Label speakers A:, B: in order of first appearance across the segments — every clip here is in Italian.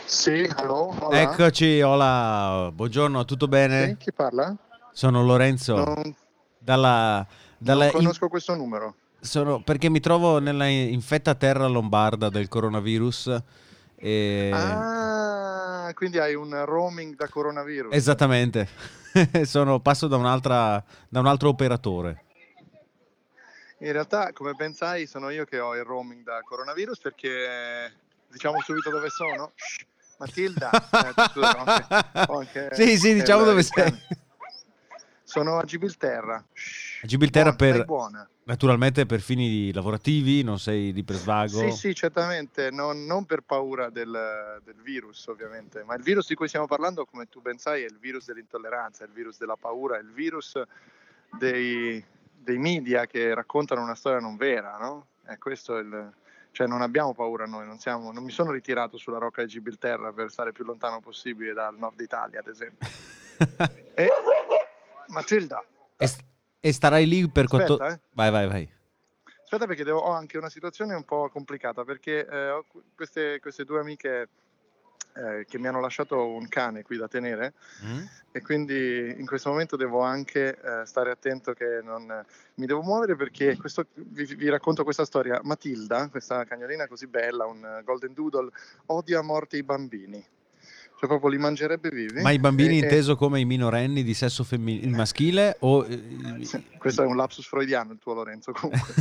A: Sì, allo, hola.
B: Eccoci, hola, buongiorno, tutto
A: Sì,
B: bene?
A: chi parla?
B: Sono Lorenzo,
A: Non,
B: dalla,
A: non
B: dalla in-
A: conosco questo numero.
B: perché mi trovo nella infetta terra lombarda del coronavirus. E...
A: Ah, quindi hai un roaming da coronavirus.
B: Esattamente, passo da un altro operatore.
A: In realtà, come ben sai, sono io che ho il roaming da coronavirus perché diciamo subito dove sono. Shh, Matilda, scusa, ho anche
B: Sì, sì, diciamo
A: il,
B: dove
A: il
B: sei.
A: cane. Sono a Gibilterra.
B: A
A: Shh,
B: Gibilterra
A: stai buona.
B: naturalmente per fini lavorativi, non sei lì per
A: Sì,
B: svago.
A: sì, certamente, non per paura del virus ovviamente, ma il virus di cui stiamo parlando, come tu ben sai, è il virus dell'intolleranza, è il virus della paura, è il virus dei media che raccontano una storia non vera, no? E questo è cioè non abbiamo paura noi, non mi sono ritirato sulla rocca di Gibilterra per stare più lontano possibile dal nord Italia, ad esempio. E Matilda,
B: E, e starai lì per quanto...
A: aspetta, eh.
B: Vai, vai, vai.
A: Aspetta perché ho anche una situazione un po' complicata perché ho queste due amiche che mi hanno lasciato un cane qui da tenere
B: Mm?
A: e quindi in questo momento devo anche stare attento che non mi devo muovere perché vi racconto questa storia. Matilda, questa cagnolina così bella, un golden doodle, odia a morte i bambini, cioè proprio li mangerebbe vivi
B: Ma i bambini
A: e
B: inteso come i minorenni di sesso maschile o...
A: sì, questo è un lapsus freudiano il tuo, Lorenzo, comunque.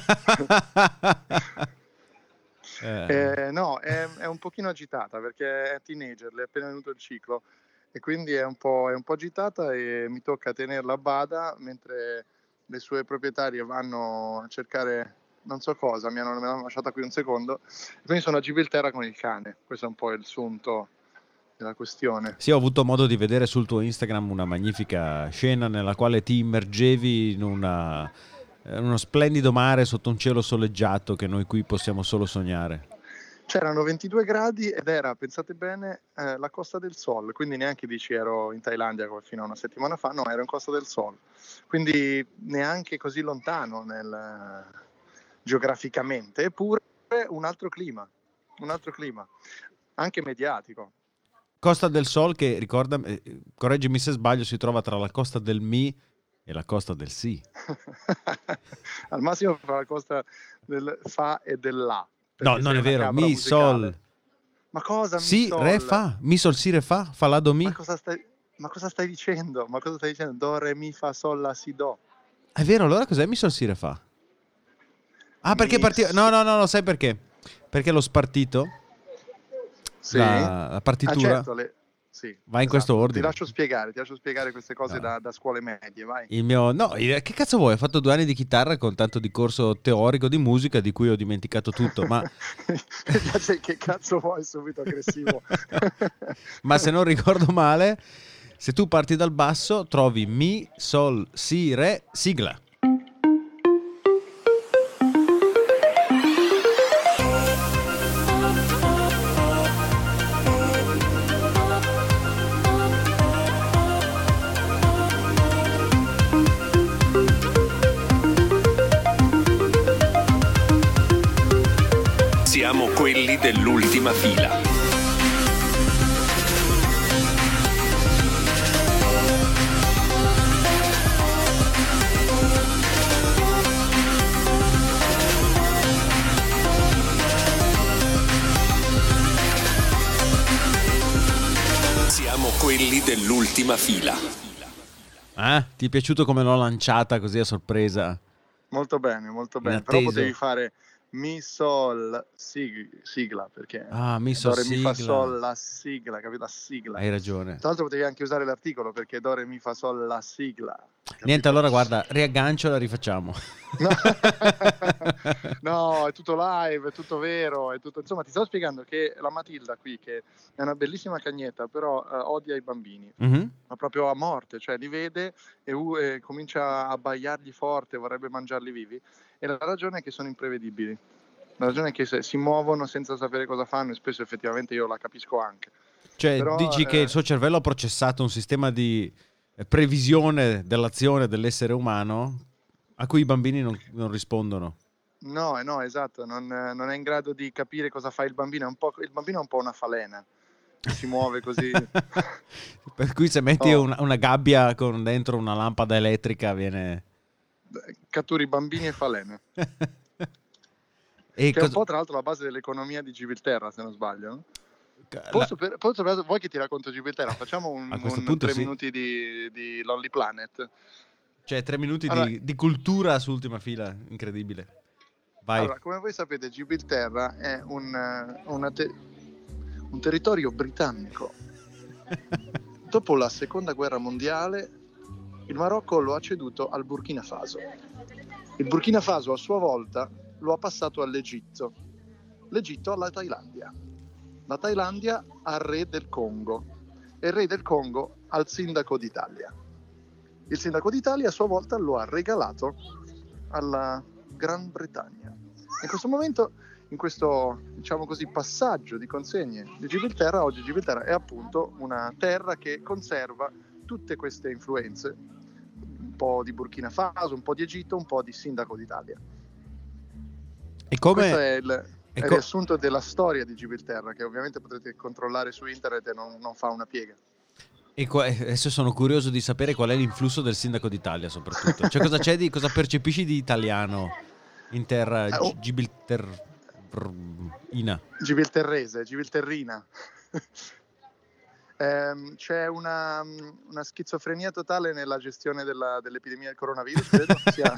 A: No, è un pochino agitata perché è teenager, le è appena venuto il ciclo e quindi è un po' agitata e mi tocca tenerla a bada mentre le sue proprietarie vanno a cercare non so cosa, me l'hanno lasciata qui un secondo, e quindi sono a Gibilterra con il cane, questo è un po' il sunto della questione.
B: Sì, ho avuto modo di vedere sul tuo Instagram una magnifica scena nella quale ti immergevi in uno splendido mare sotto un cielo soleggiato che noi qui possiamo solo sognare.
A: C'erano 22 gradi ed era, pensate bene, la Costa del Sol, quindi neanche dici ero in Thailandia come fino a una settimana fa, no, ero in Costa del Sol, quindi neanche così lontano geograficamente, eppure un altro clima, anche mediatico.
B: Costa del Sol che, ricorda, correggimi se sbaglio, si trova tra la costa del Mi e la costa del Si.
A: Al massimo fra la costa del Fa e del La,
B: No,
A: perché
B: non
A: sei
B: è
A: una
B: vero,
A: capra
B: Mi, Sol,
A: musicale. Ma cosa mi
B: Si, Re,
A: sol?
B: Fa, Mi, Sol, Si, Re, Fa La, Do,
A: Ma
B: Mi.
A: cosa stai, ma cosa stai dicendo? Ma cosa stai dicendo? Do, re, mi, fa, sol, la, si, do.
B: È vero, allora cos'è Mi, Sol, Si, Re, Fa? Ah, perché
A: Mi,
B: partiva... No, no, no, no, sai perché? Perché lo spartito,
A: sì.
B: la
A: Ah,
B: partitura,
A: certo, sì,
B: va in questo
A: esatto. Ti
B: ordine.
A: lascio spiegare queste cose
B: No.
A: da scuole medie, vai.
B: Il mio... No, che cazzo vuoi? Ho fatto 2 anni di chitarra con tanto di corso teorico di musica di cui ho dimenticato tutto, ma...
A: Mi piace che cazzo vuoi subito aggressivo.
B: ma se non ricordo male, se tu parti dal basso trovi Mi, Sol, Si, Re, sigla.
C: Siamo quelli dell'ultima fila. Siamo quelli dell'ultima fila.
B: Ti è piaciuto come l'ho lanciata così a sorpresa?
A: Molto bene, però
B: Inatteso.
A: potevi fare mi sol sigla, perché
B: Ah, Mi,
A: do
B: Sol,
A: re mi fa
B: sigla.
A: sol la sigla, capito? La sigla.
B: Hai ragione.
A: Tra l'altro potevi anche usare l'articolo perché do re mi fa sol la sigla,
B: Niente,
A: capito?
B: allora guarda, riaggancio e la rifacciamo.
A: No. No, è tutto live, è tutto vero, è tutto... Insomma, ti stavo spiegando che la Matilda qui, che è una bellissima cagnetta, però odia i bambini,
B: Mhm.
A: ma proprio a morte, cioè li vede e comincia a abbaiargli forte, vorrebbe mangiarli vivi, e la ragione è che sono imprevedibili. La ragione è che si muovono senza sapere cosa fanno e spesso effettivamente io la capisco anche.
B: Cioè,
A: Però
B: dici che il suo cervello ha processato un sistema di previsione dell'azione dell'essere umano a cui i bambini non rispondono.
A: no, esatto, non è in grado di capire cosa fa il bambino, il bambino è un po' una falena. che si muove così.
B: Per cui se metti una gabbia con dentro una lampada elettrica viene...
A: Catturi bambini e falene.
B: E
A: che è un po' tra l'altro la base dell'economia di Gibilterra, se non sbaglio, no? Vuoi che ti racconto Gibilterra? Facciamo un 3 minuti di Lonely Planet.
B: Cioè 3 minuti di cultura su Ultima Fila, incredibile. Vai.
A: Allora, come voi sapete, Gibilterra è un territorio britannico. Dopo la seconda guerra mondiale, il Marocco lo ha ceduto al Burkina Faso. Il Burkina Faso a sua volta lo ha passato all'Egitto, l'Egitto alla Thailandia, la Thailandia al re del Congo e il re del Congo al sindaco d'Italia. Il sindaco d'Italia a sua volta lo ha regalato alla Gran Bretagna. In questo momento, in questo, diciamo così, passaggio di consegne di Gibilterra, oggi Gibilterra è appunto una terra che conserva tutte queste influenze, un po' di Burkina Faso, un po' di Egitto, un po' di sindaco d'Italia.
B: E come...
A: Questo è il riassunto della storia di Gibilterra, che ovviamente potrete controllare su internet e non fa una piega.
B: E adesso sono curioso di sapere qual è l'influsso del sindaco d'Italia, soprattutto. Cioè, cosa percepisci di italiano in terra
A: gibilterrina. C'è una schizofrenia totale nella gestione dell'epidemia del coronavirus, credo sia...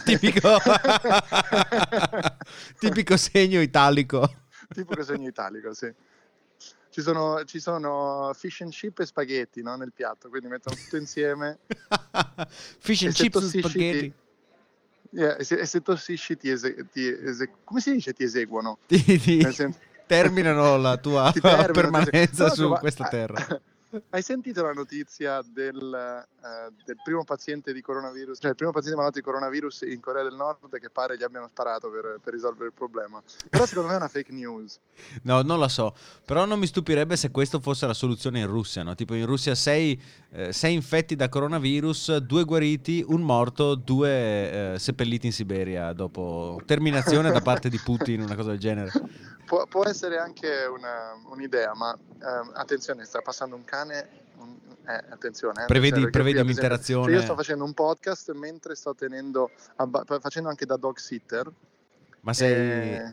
B: Tipico segno italico.
A: Tipico segno italico, sì. Ci sono fish and chip e spaghetti, no, nel piatto, quindi mettono tutto insieme.
B: Fish and chips e spaghetti.
A: E se tossisci come si dice ti eseguono?
B: Terminano la tua permanenza su questa terra.
A: Hai sentito la notizia del primo paziente di coronavirus, cioè il primo paziente malato di coronavirus in Corea del Nord, che pare gli abbiano sparato per risolvere il problema? Però secondo me è una fake news.
B: No, non la so, però non mi stupirebbe se questo fosse la soluzione in Russia, no? Tipo in Russia 6 infetti da coronavirus, 2 guariti, 1 morto, 2 seppelliti in Siberia dopo terminazione da parte di Putin, una cosa del genere.
A: Può essere anche un'idea, ma attenzione, sta passando un cane. Attenzione.
B: Prevedi un'interazione.
A: Cioè io sto facendo un podcast mentre sto facendo anche da dog sitter.
B: Ma sei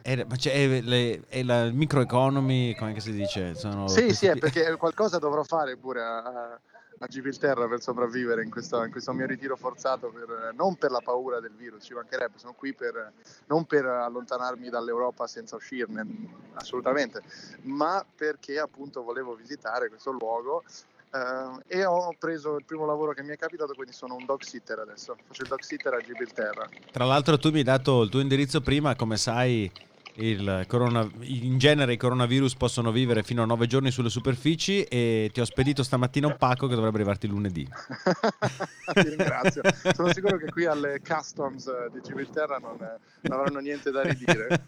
B: è la microeconomy, come si dice?
A: Sì, è perché qualcosa dovrò fare pure a Gibilterra per sopravvivere in questo mio ritiro forzato, non per la paura del virus, ci mancherebbe, sono qui non per allontanarmi dall'Europa senza uscirne, assolutamente, ma perché appunto volevo visitare questo luogo e ho preso il primo lavoro che mi è capitato, quindi sono un dog sitter adesso, faccio il dog sitter a Gibilterra.
B: Tra l'altro tu mi hai dato il tuo indirizzo prima, come sai in genere i coronavirus possono vivere fino a 9 giorni sulle superfici e ti ho spedito stamattina un pacco che dovrebbe arrivarti lunedì.
A: Ti ringrazio, sono sicuro che qui alle customs di Gibilterra non avranno niente da ridire.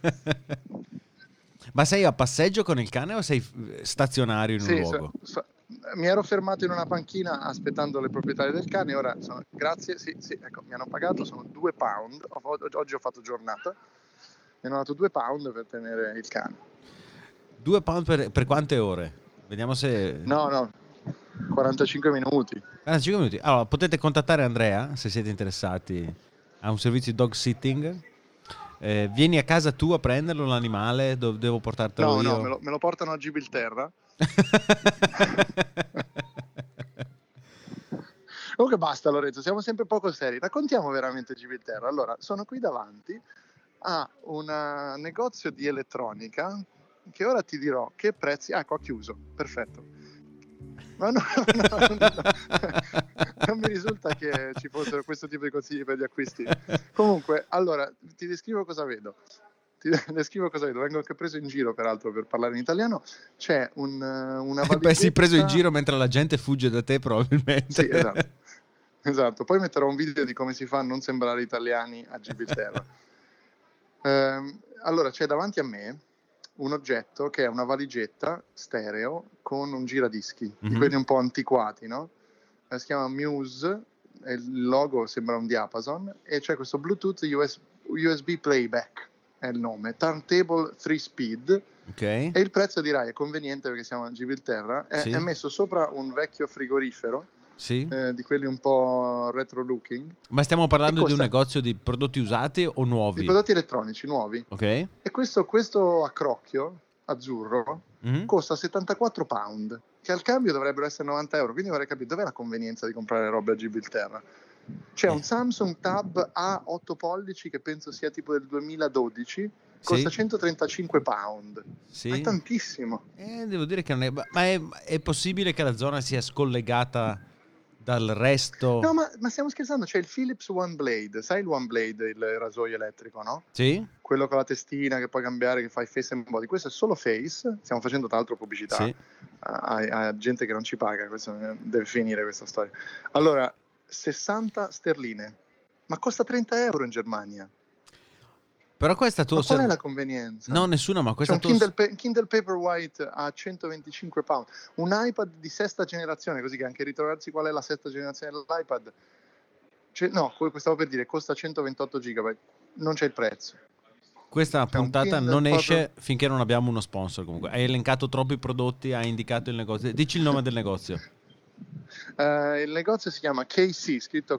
B: Ma sei a passeggio con il cane o sei stazionario in un luogo?
A: Mi ero fermato in una panchina aspettando le proprietarie del cane, ora grazie, sì, ecco, mi hanno pagato, sono £2, oggi ho fatto giornata. Mi hanno dato £2 per tenere il cane.
B: £2 per quante ore? Vediamo se...
A: No, 45 minuti.
B: 45 minuti. Allora, potete contattare Andrea se siete interessati a un servizio di dog sitting. Vieni a casa tu a prenderlo l'animale? Devo portartelo io?
A: No, me lo portano a Gibilterra. Comunque basta, Lorenzo, siamo sempre poco seri. Raccontiamo veramente Gibilterra. Allora, sono qui davanti a un negozio di elettronica che ora ti dirò che prezzi. Ecco, ha chiuso, perfetto. Ma no, non mi risulta che ci fossero questo tipo di consigli per gli acquisti. Comunque, allora ti descrivo cosa vedo. Vengo anche preso in giro peraltro per parlare in italiano. C'è una valigetta.
B: Sei preso in giro mentre la gente fugge da te probabilmente.
A: Sì, esatto. Poi metterò un video di come si fa a non sembrare italiani a Gibilterra. Allora c'è davanti a me un oggetto che è una valigetta stereo con un giradischi, di quelli un po' antiquati, no? Si chiama Muse, e il logo sembra un diapason, e c'è questo Bluetooth USB Playback, è il nome, Turntable 3 Speed,
B: Ok.
A: E il prezzo dirai è conveniente perché siamo a Gibilterra,
B: Sì.
A: è messo sopra un vecchio frigorifero,
B: Sì.
A: di quelli un po' retro looking,
B: Ma stiamo parlando di un
A: costa-
B: negozio di prodotti usati o
A: di
B: nuovi?
A: prodotti elettronici nuovi.
B: Ok.
A: E questo accrocchio azzurro
B: Mhm.
A: costa 74 pound, che al cambio dovrebbero essere 90 euro. Quindi vorrei capire dov'è la convenienza di comprare robe a Gibilterra. C'è un Samsung Tab A 8 pollici che penso sia tipo del 2012, costa
B: Sì.
A: 135 pound.
B: Sì.
A: Ma è tantissimo.
B: Devo dire che non è... Ma è possibile che la zona sia scollegata dal resto?
A: No, ma stiamo scherzando, c'è il Philips One Blade, sai il One Blade, il rasoio elettrico, no?
B: Sì?
A: Quello con la testina che puoi cambiare, che fai face and body. Questo è solo face, stiamo facendo tra l'altro pubblicità
B: Sì.
A: a gente che non ci paga, deve finire questa storia. Allora, 60 sterline, ma costa 30 euro in Germania.
B: Però questa tua...
A: Ma qual è la convenienza?
B: No, nessuna, ma
A: C'è
B: questa
A: un
B: tua...
A: Kindle Paperwhite a 125 pound, un iPad di sesta generazione, così che anche ritrovarsi qual è la sesta generazione dell'iPad. No, stavo per dire, costa 128 GB, non c'è il prezzo.
B: Questa
A: C'è un
B: puntata
A: Kindle
B: non esce
A: Paper-
B: finché non abbiamo uno sponsor comunque. Hai elencato troppi prodotti, hai indicato il negozio. Dici il nome del negozio.
A: Il negozio si chiama KC, scritto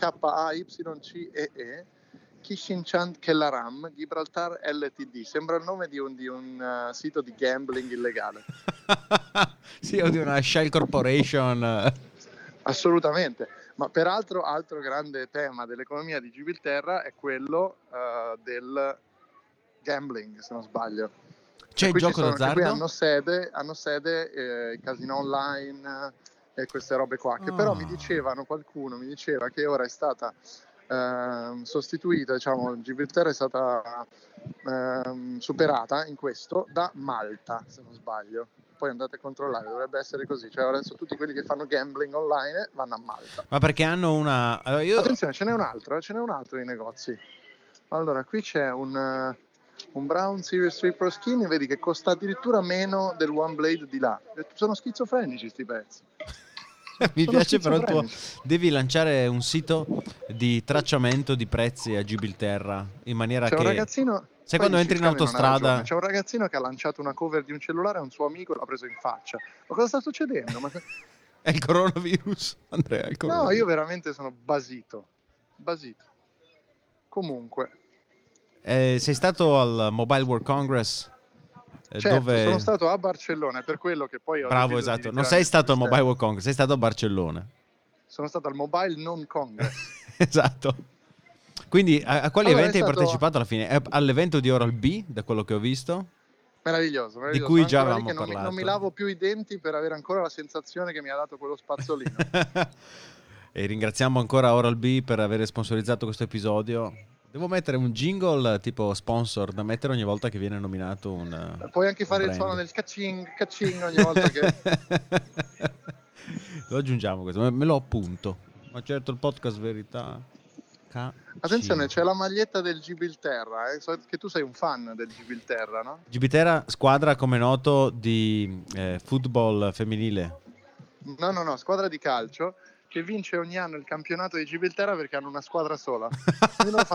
A: KAYCEE, Kishinchan Kellaram, Gibraltar Ltd. Sembra il nome di un sito di gambling illegale.
B: Sì, o di una Shell Corporation.
A: Assolutamente. Ma peraltro altro grande tema dell'economia di Gibilterra è quello del gambling, se non sbaglio.
B: C'è il
A: Qui
B: gioco
A: qui
B: d'azzardo?
A: hanno sede i casino online e queste robe qua, che però qualcuno mi diceva che ora è stata sostituita, diciamo, Gibilterra è stata superata in questo da Malta, se non sbaglio. Poi andate a controllare, dovrebbe essere così, cioè adesso tutti quelli che fanno gambling online vanno a Malta.
B: Ma perché hanno una... Allora,
A: Attenzione, ce n'è un altro nei negozi. Allora, qui c'è un Brown Series 3 Pro Skin, vedi che costa addirittura meno del One Blade di là. Sono schizofrenici sti pezzi.
B: Mi
A: Sono
B: piace però il tuo...
A: schizofrenici.
B: Devi lanciare un sito di tracciamento di prezzi a Gibilterra in maniera
A: C'è un
B: che...
A: ragazzino...
B: Sai
A: poi
B: quando
A: dici,
B: entri in
A: Scami non ha
B: autostrada...
A: ragione. C'è un ragazzino che ha lanciato una cover di un cellulare a un suo amico e l'ha preso in faccia. Ma cosa sta succedendo?
B: È il coronavirus, Andrea, è il
A: No,
B: coronavirus.
A: io veramente sono basito. Comunque...
B: Sei stato al Mobile World Congress?
A: Certo,
B: Dove...
A: sono stato a Barcellona, è per quello che poi ho
B: Bravo,
A: deciso di
B: esatto. Non
A: ritirarmi
B: sei stato al
A: da
B: Mobile World Congress, sei stato a Barcellona.
A: Sono stato al Mobile Non Congress.
B: Esatto. Quindi a quali
A: Allora,
B: eventi
A: è
B: hai
A: stato-
B: partecipato alla fine? All'evento di Oral-B, da quello che ho visto?
A: Meraviglioso.
B: Di cui
A: Sono
B: già
A: ancora lì
B: avevamo
A: che
B: parlato.
A: non mi lavo più i denti per avere ancora la sensazione che mi ha dato quello spazzolino.
B: E ringraziamo ancora Oral-B per aver sponsorizzato questo episodio. Devo mettere un jingle tipo sponsor da mettere ogni volta che viene nominato un
A: Puoi anche fare il
B: brand.
A: suono del cacing ogni volta che...
B: Lo aggiungiamo questo, me lo appunto. Ma certo il podcast verità.
A: Attenzione, c'è la maglietta del Gibilterra, so che tu sei un fan del Gibilterra, no?
B: Gibilterra, squadra come noto di football femminile.
A: No, squadra di calcio che vince ogni anno il campionato di Gibilterra perché hanno una squadra sola. Quindi loro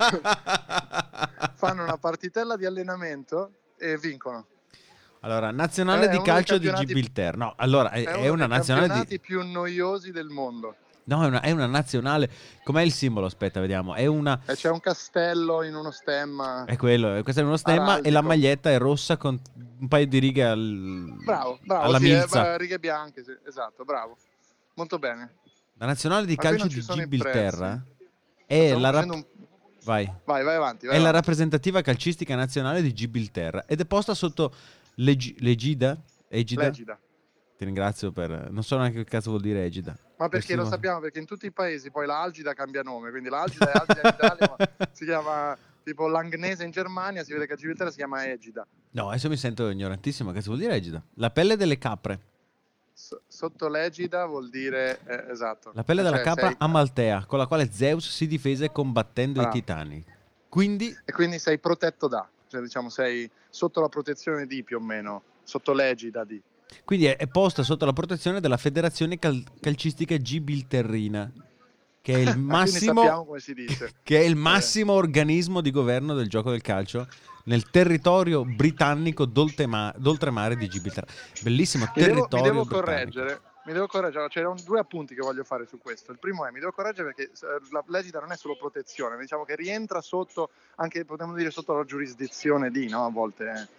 A: fanno una partitella di allenamento e vincono.
B: Allora, nazionale
A: È
B: di
A: uno dei
B: calcio di
A: campionati-
B: Gibilterra. No, allora è
A: uno
B: una
A: dei
B: nazionale
A: campionati
B: di...
A: più noiosi del mondo.
B: No, è una nazionale. Com'è il simbolo? Aspetta, vediamo. È una...
A: E c'è un castello in uno stemma.
B: È quello, questo è uno stemma
A: araldico.
B: e la maglietta è rossa con un paio di righe
A: Bravo,
B: alla
A: sì,
B: milza.
A: righe bianche, sì, esatto, bravo. Molto bene.
B: La nazionale di
A: Ma qui
B: calcio
A: non ci
B: di
A: sono i
B: Gibilterra
A: prezzi.
B: è
A: Stiamo
B: la,
A: facendo un-
B: Vai.
A: Vai avanti.
B: È la rappresentativa calcistica nazionale di Gibilterra ed è posta sotto l'egida.
A: Legida.
B: Ti ringrazio per... Non so neanche che cazzo vuol dire egida.
A: Ma perché
B: Persino-
A: lo sappiamo? Perché in tutti i paesi poi la Algida cambia nome, quindi la Algida è Algida in Italia, ma si chiama tipo Langnese in Germania, si vede che a Gibilterra si chiama Egida.
B: No, adesso mi sento ignorantissimo. Che cazzo vuol dire egida? La pelle delle capre.
A: Sotto l'egida vuol dire, esatto.
B: La pelle della
A: Cioè,
B: capra
A: sei-
B: amaltea, con la quale Zeus si difese combattendo i
A: Bravo.
B: titani. Quindi
A: E quindi sei protetto da, cioè diciamo sei sotto la protezione di più o meno, sotto l'egida di.
B: Quindi è posta sotto la protezione della Federazione Calcistica Gibilterrina, che è il
A: Quindi
B: massimo,
A: sappiamo come si dice.
B: che è il massimo organismo di governo del gioco del calcio nel territorio britannico d'oltremare di Gibilterra. Bellissimo
A: Mi
B: territorio
A: devo
B: britannico.
A: correggere, c'erano due appunti che voglio fare su questo. Il primo è, mi devo correggere perché l'egida non è solo protezione, diciamo che rientra sotto, anche potremmo dire sotto la giurisdizione di, no? A volte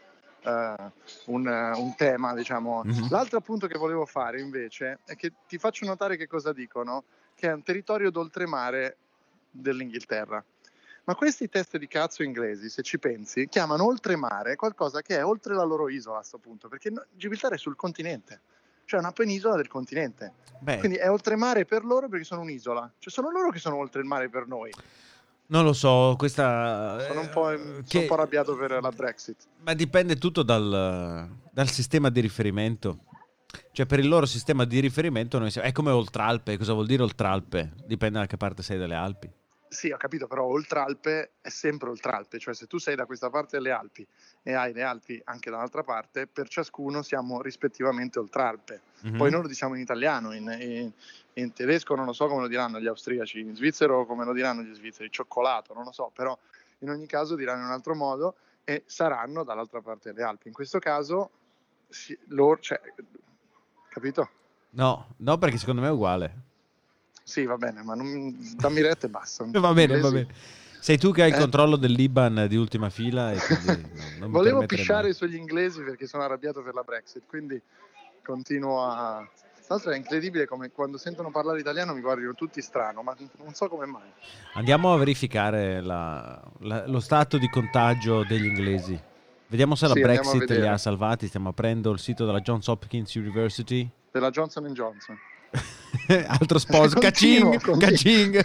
A: un tema, diciamo. L'altro appunto che volevo fare invece è che ti faccio notare che cosa dicono, che è un territorio d'oltremare dell'Inghilterra. Ma questi test di cazzo inglesi, se ci pensi, chiamano oltremare qualcosa che è oltre la loro isola a questo punto, perché Gibilterra è sul continente, cioè una penisola del continente.
B: Beh,
A: Quindi è oltremare per loro perché sono un'isola, cioè sono loro che sono oltre il mare per noi.
B: non lo so, questa...
A: Sono un po' arrabbiato per la Brexit.
B: Ma dipende tutto dal sistema di riferimento. Cioè per il loro sistema di riferimento è come Oltralpe. Cosa vuol dire Oltralpe? Dipende da che parte sei delle Alpi.
A: Sì, ho capito, però Oltralpe è sempre Oltralpe, cioè se tu sei da questa parte delle Alpi e hai le Alpi anche dall'altra parte, per ciascuno siamo rispettivamente Oltralpe. Poi noi lo diciamo in italiano, in tedesco non lo so come lo diranno gli austriaci, in svizzero come lo diranno gli svizzeri, cioccolato, non lo so, però in ogni caso diranno in un altro modo e saranno dall'altra parte delle Alpi. In questo caso, cioè, capito?
B: No, perché secondo me è uguale.
A: Sì, va bene, ma dammi retta e basta.
B: Va bene. Sei tu che hai il controllo dell'Iban di ultima fila e quindi non
A: volevo pisciare sugli inglesi perché sono arrabbiato per la Brexit, quindi continuo a... Tra l'altro è incredibile come quando sentono parlare italiano mi guardano tutti strano, ma non so come mai.
B: Andiamo a verificare lo stato di contagio degli inglesi. Vediamo se la Brexit li ha salvati. Stiamo aprendo il sito della Johns Hopkins University.
A: Della Johnson & Johnson.
B: Altro sponsor. Cacing.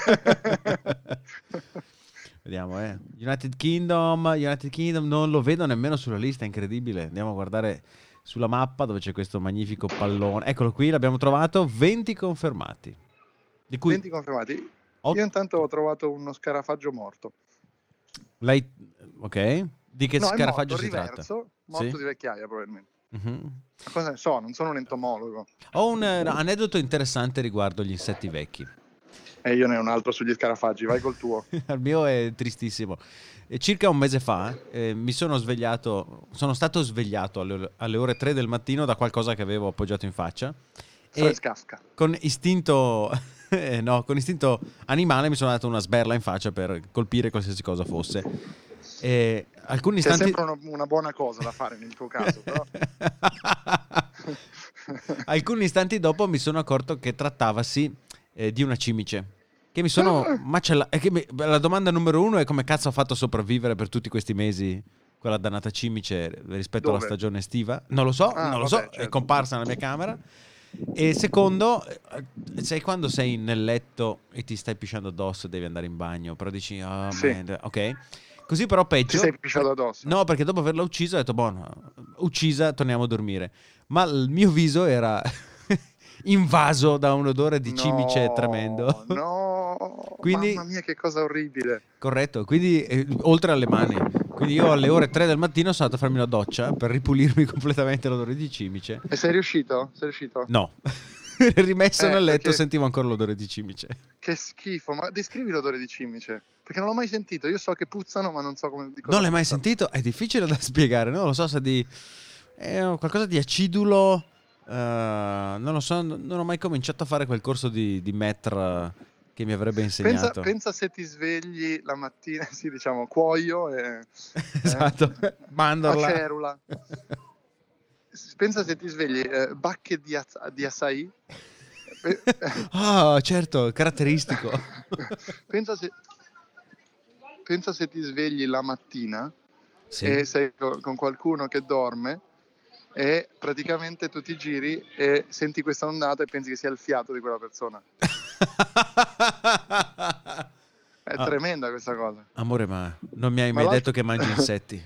B: Vediamo, United Kingdom non lo vedo nemmeno sulla lista, incredibile. Andiamo a guardare sulla mappa dove c'è questo magnifico pallone. Eccolo qui, l'abbiamo trovato, 20 confermati. Di cui
A: 20 confermati? Io intanto ho trovato uno scarafaggio morto.
B: Ok, di che scarafaggio si tratta?
A: Morto di vecchiaia probabilmente. Ma cosa ne so, non sono un entomologo.
B: Ho un aneddoto interessante riguardo gli insetti vecchi.
A: E io ne ho un altro sugli scarafaggi, vai col tuo.
B: Il mio è tristissimo. Circa un mese fa sono stato svegliato alle ore 3 del mattino da qualcosa che avevo appoggiato in faccia.
A: Kafka.
B: Con istinto con istinto animale mi sono dato una sberla in faccia per colpire qualsiasi cosa fosse. Alcuni istanti...
A: È sempre una buona cosa da fare nel tuo caso, però.
B: Alcuni istanti dopo mi sono accorto che trattavasi di una cimice. Che mi sono la domanda numero uno è come cazzo ho fatto a sopravvivere per tutti questi mesi quella dannata cimice rispetto alla stagione estiva. Non lo so, certo. È comparsa nella mia camera. E secondo, sai quando sei nel letto e ti stai pisciando addosso, devi andare in bagno, però dici ok. Così però peggio.
A: Ti sei pisciato addosso?
B: No, perché dopo averla uccisa ho detto uccisa, torniamo a dormire. Ma il mio viso era invaso da un odore di cimice tremendo. Quindi,
A: mamma mia, che cosa orribile.
B: Corretto, quindi oltre alle mani. Quindi io alle ore 3 del mattino sono andato a farmi una doccia per ripulirmi completamente l'odore di cimice.
A: E sei riuscito?
B: No. Rimesso nel letto sentivo ancora l'odore di cimice.
A: Che schifo, ma descrivi l'odore di cimice, perché non l'ho mai sentito. Io so che puzzano, ma non so come.
B: Non l'hai mai sentito? È difficile da spiegare, no? Lo so se è qualcosa di acidulo. Non lo so, non ho mai cominciato a fare quel corso di METR che mi avrebbe insegnato.
A: Pensa se ti svegli la mattina, sì, diciamo cuoio e
B: esatto, mandorla
A: a cerula. Pensa se ti svegli bacche di açaí.
B: Certo, caratteristico.
A: Pensa se ti svegli la mattina
B: sì.
A: E sei con qualcuno che dorme e praticamente tu ti giri e senti questa ondata e pensi che sia il fiato di quella persona. È tremenda questa cosa.
B: Amore, ma non mi hai mai detto che mangi insetti?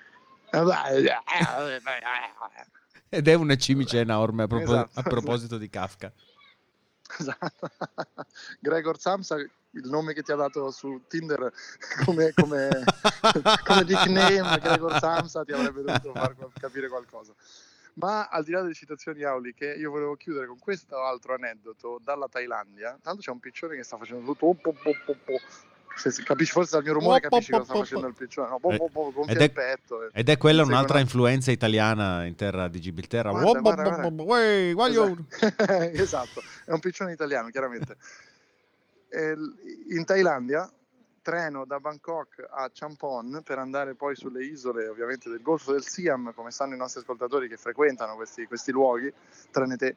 B: Ed è una cimice enorme a proposito di Kafka.
A: Esatto. Gregor Samsa, il nome che ti ha dato su Tinder come nickname, Gregor Samsa ti avrebbe dovuto far capire qualcosa. Ma al di là delle citazioni auliche, io volevo chiudere con questo altro aneddoto dalla Thailandia. Tanto c'è un piccione che sta facendo tutto. Se capisci, forse dal mio rumore capisci cosa sta facendo il piccione. No, gonfia il petto.
B: Ed è quella un'altra influenza italiana in terra di Gibilterra.
A: Guarda. Esatto, è un piccione italiano, chiaramente. In Thailandia, treno da Bangkok a Champon per andare poi sulle isole, ovviamente, del Golfo del Siam, come sanno i nostri ascoltatori che frequentano questi luoghi, tranne te.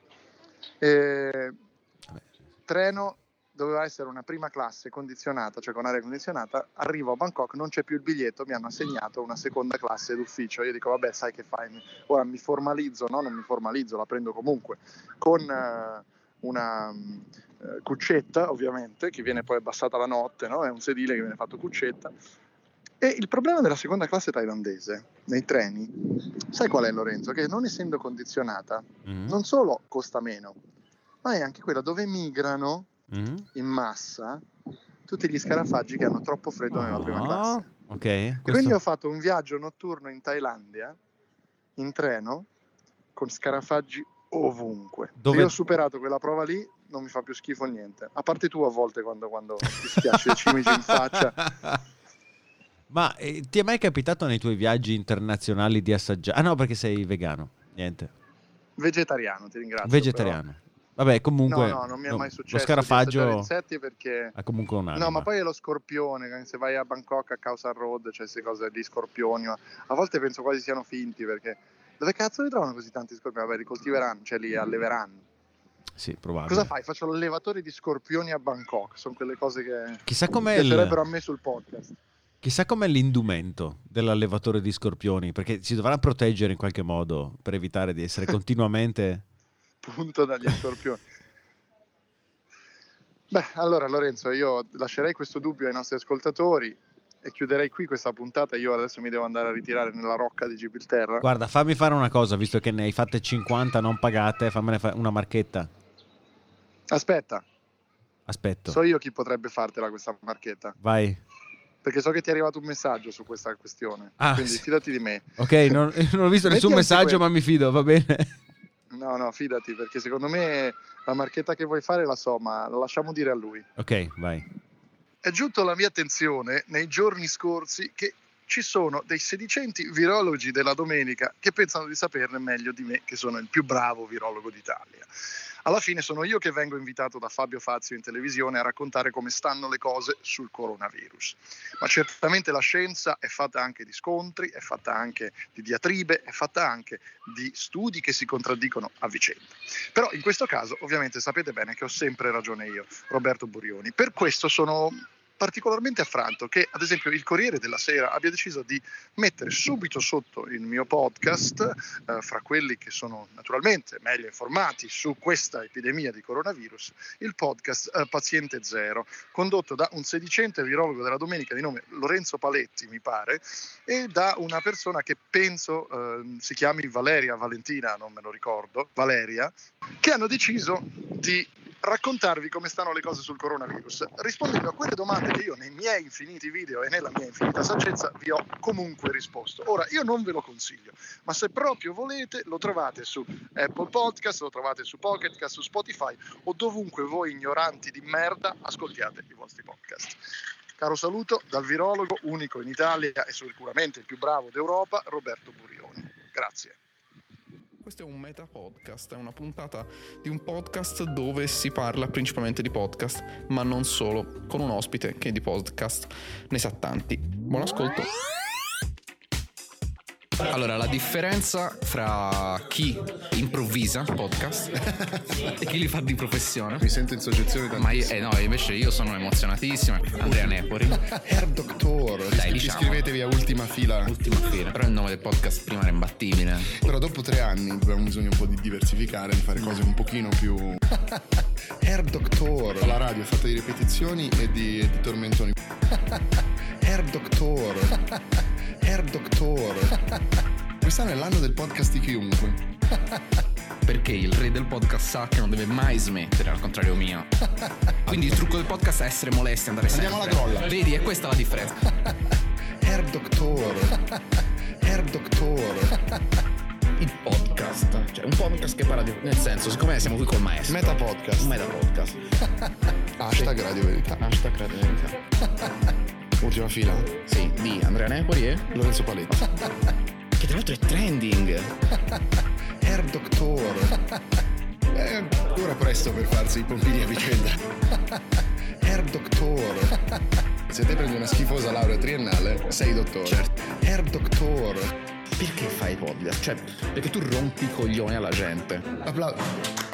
A: Treno doveva essere una prima classe condizionata, cioè con aria condizionata. Arrivo a Bangkok, non c'è più il biglietto, mi hanno assegnato una seconda classe d'ufficio. Io dico, vabbè, sai che fai? Ora mi formalizzo, no? Non mi formalizzo, la prendo comunque, con una cuccetta, ovviamente, che viene poi abbassata la notte, no? È un sedile che viene fatto cuccetta. E il problema della seconda classe thailandese nei treni, sai qual è, Lorenzo? Che non essendo condizionata, non solo costa meno, ma è anche quella dove migrano in massa tutti gli scarafaggi che hanno troppo freddo nella prima classe.
B: Okay,
A: quindi ho fatto un viaggio notturno in Thailandia in treno con scarafaggi ovunque. Io ho superato quella prova lì, non mi fa più schifo niente, a parte tu a volte quando ti schiacci i cimici in faccia.
B: Ma ti è mai capitato nei tuoi viaggi internazionali di assaggiare? Ah no, perché sei vegano, niente.
A: Vegetariano, ti ringrazio.
B: Vegetariano. Però... Vabbè, comunque
A: no, non mi è mai successo
B: lo scarafaggio
A: insetti perché
B: ha comunque un'anima.
A: No, ma poi è lo scorpione, se vai a Bangkok a Khao San Road c'è queste cose di scorpioni, a volte penso quasi siano finti, perché dove cazzo li trovano così tanti scorpioni? Vabbè, li coltiveranno, cioè li alleveranno.
B: Sì, probabile.
A: Cosa fai? Faccio l'allevatore di scorpioni a Bangkok, sono quelle cose che
B: chissà com'è
A: piacerebbero a me sul podcast.
B: Chissà com'è l'indumento dell'allevatore di scorpioni, perché si dovrà proteggere in qualche modo per evitare di essere continuamente
A: punto dagli scorpioni. Beh, allora Lorenzo, io lascerei questo dubbio ai nostri ascoltatori e chiuderei qui questa puntata. Io adesso mi devo andare a ritirare nella rocca di Gibilterra.
B: Guarda, fammi fare una cosa, visto che ne hai fatte 50 non pagate, fammene una marchetta.
A: Aspetto.
B: So
A: io chi potrebbe fartela questa marchetta.
B: Vai.
A: Perché so che ti è arrivato un messaggio su questa questione, quindi fidati di me.
B: Ok, non ho visto nessun messaggio, ma mi fido, va bene.
A: No, fidati, perché secondo me la marchetta che vuoi fare la so, ma la lasciamo dire a lui.
B: Ok, vai.
A: È giunto alla mia attenzione nei giorni scorsi che ci sono dei sedicenti virologi della domenica che pensano di saperne meglio di me, che sono il più bravo virologo d'Italia. Alla fine sono io che vengo invitato da Fabio Fazio in televisione a raccontare come stanno le cose sul coronavirus. Ma certamente la scienza è fatta anche di scontri, è fatta anche di diatribe, è fatta anche di studi che si contraddicono a vicenda. Però in questo caso ovviamente sapete bene che ho sempre ragione io, Roberto Burioni. Per questo sono particolarmente affranto che, ad esempio, il Corriere della Sera abbia deciso di mettere subito sotto il mio podcast, fra quelli che sono naturalmente meglio informati su questa epidemia di coronavirus, il podcast Paziente Zero, condotto da un sedicente virologo della domenica di nome Lorenzo Paletti, mi pare, e da una persona che penso si chiami Valeria Valentina, non me lo ricordo, Valeria, che hanno deciso di raccontarvi come stanno le cose sul coronavirus, rispondendo a quelle domande che io nei miei infiniti video e nella mia infinita saggezza vi ho comunque risposto. Ora, io non ve lo consiglio, ma se proprio volete lo trovate su Apple Podcast, lo trovate su Pocket Cast, su Spotify o dovunque voi ignoranti di merda ascoltiate i vostri podcast. Caro saluto dal virologo unico in Italia e sicuramente il più bravo d'Europa, Roberto Burioni. Grazie.
D: Questo è un meta podcast, è una puntata di un podcast dove si parla principalmente di podcast, ma non solo, con un ospite che di podcast ne sa tanti. Buon ascolto. Allora, la differenza fra chi improvvisa podcast e chi li fa di professione.
E: Mi sento in soggezione tantissimo.
D: Ma invece io sono emozionatissimo. Andrea Nepori.
E: Hair Doctor. Dai, diciamo. Iscrivetevi a Ultima Fila.
D: Ultima Fila. Però il nome del podcast prima era imbattibile.
E: Però dopo 3 anni abbiamo bisogno un po' di diversificare, di fare cose un pochino più... Hair Doctor. La radio è fatta di ripetizioni e di tormentoni. Hair Doctor. Hair Doctor. Quest'anno è l'anno del podcast di chiunque.
D: Perché il re del podcast sa che non deve mai smettere, al contrario mio. Quindi il trucco del podcast è essere molesti, andare sempre.
E: Andiamo alla grolla.
D: Vedi, è questa la differenza.
E: Hair Doctor. Hair Doctor.
D: Il podcast podcast. Cioè, un podcast che parla di... Nel senso, siccome siamo qui col maestro.
E: Metapodcast.
D: Un metapodcast.
E: Hashtag Radio Verità.
D: Hashtag Radio Verità.
E: Ultima fila.
D: Sì, di Andrea Nepoli e
E: Lorenzo Paletti.
D: che tra l'altro è trending.
E: Hair Doctor. È ancora presto per farsi i pompini a vicenda. Hair Doctor. Se te prendi una schifosa laurea triennale, sei dottore.
D: Certo.
E: Hair Doctor.
D: Perché fai podcast? Cioè, perché tu rompi i coglioni alla gente.
E: Applauso.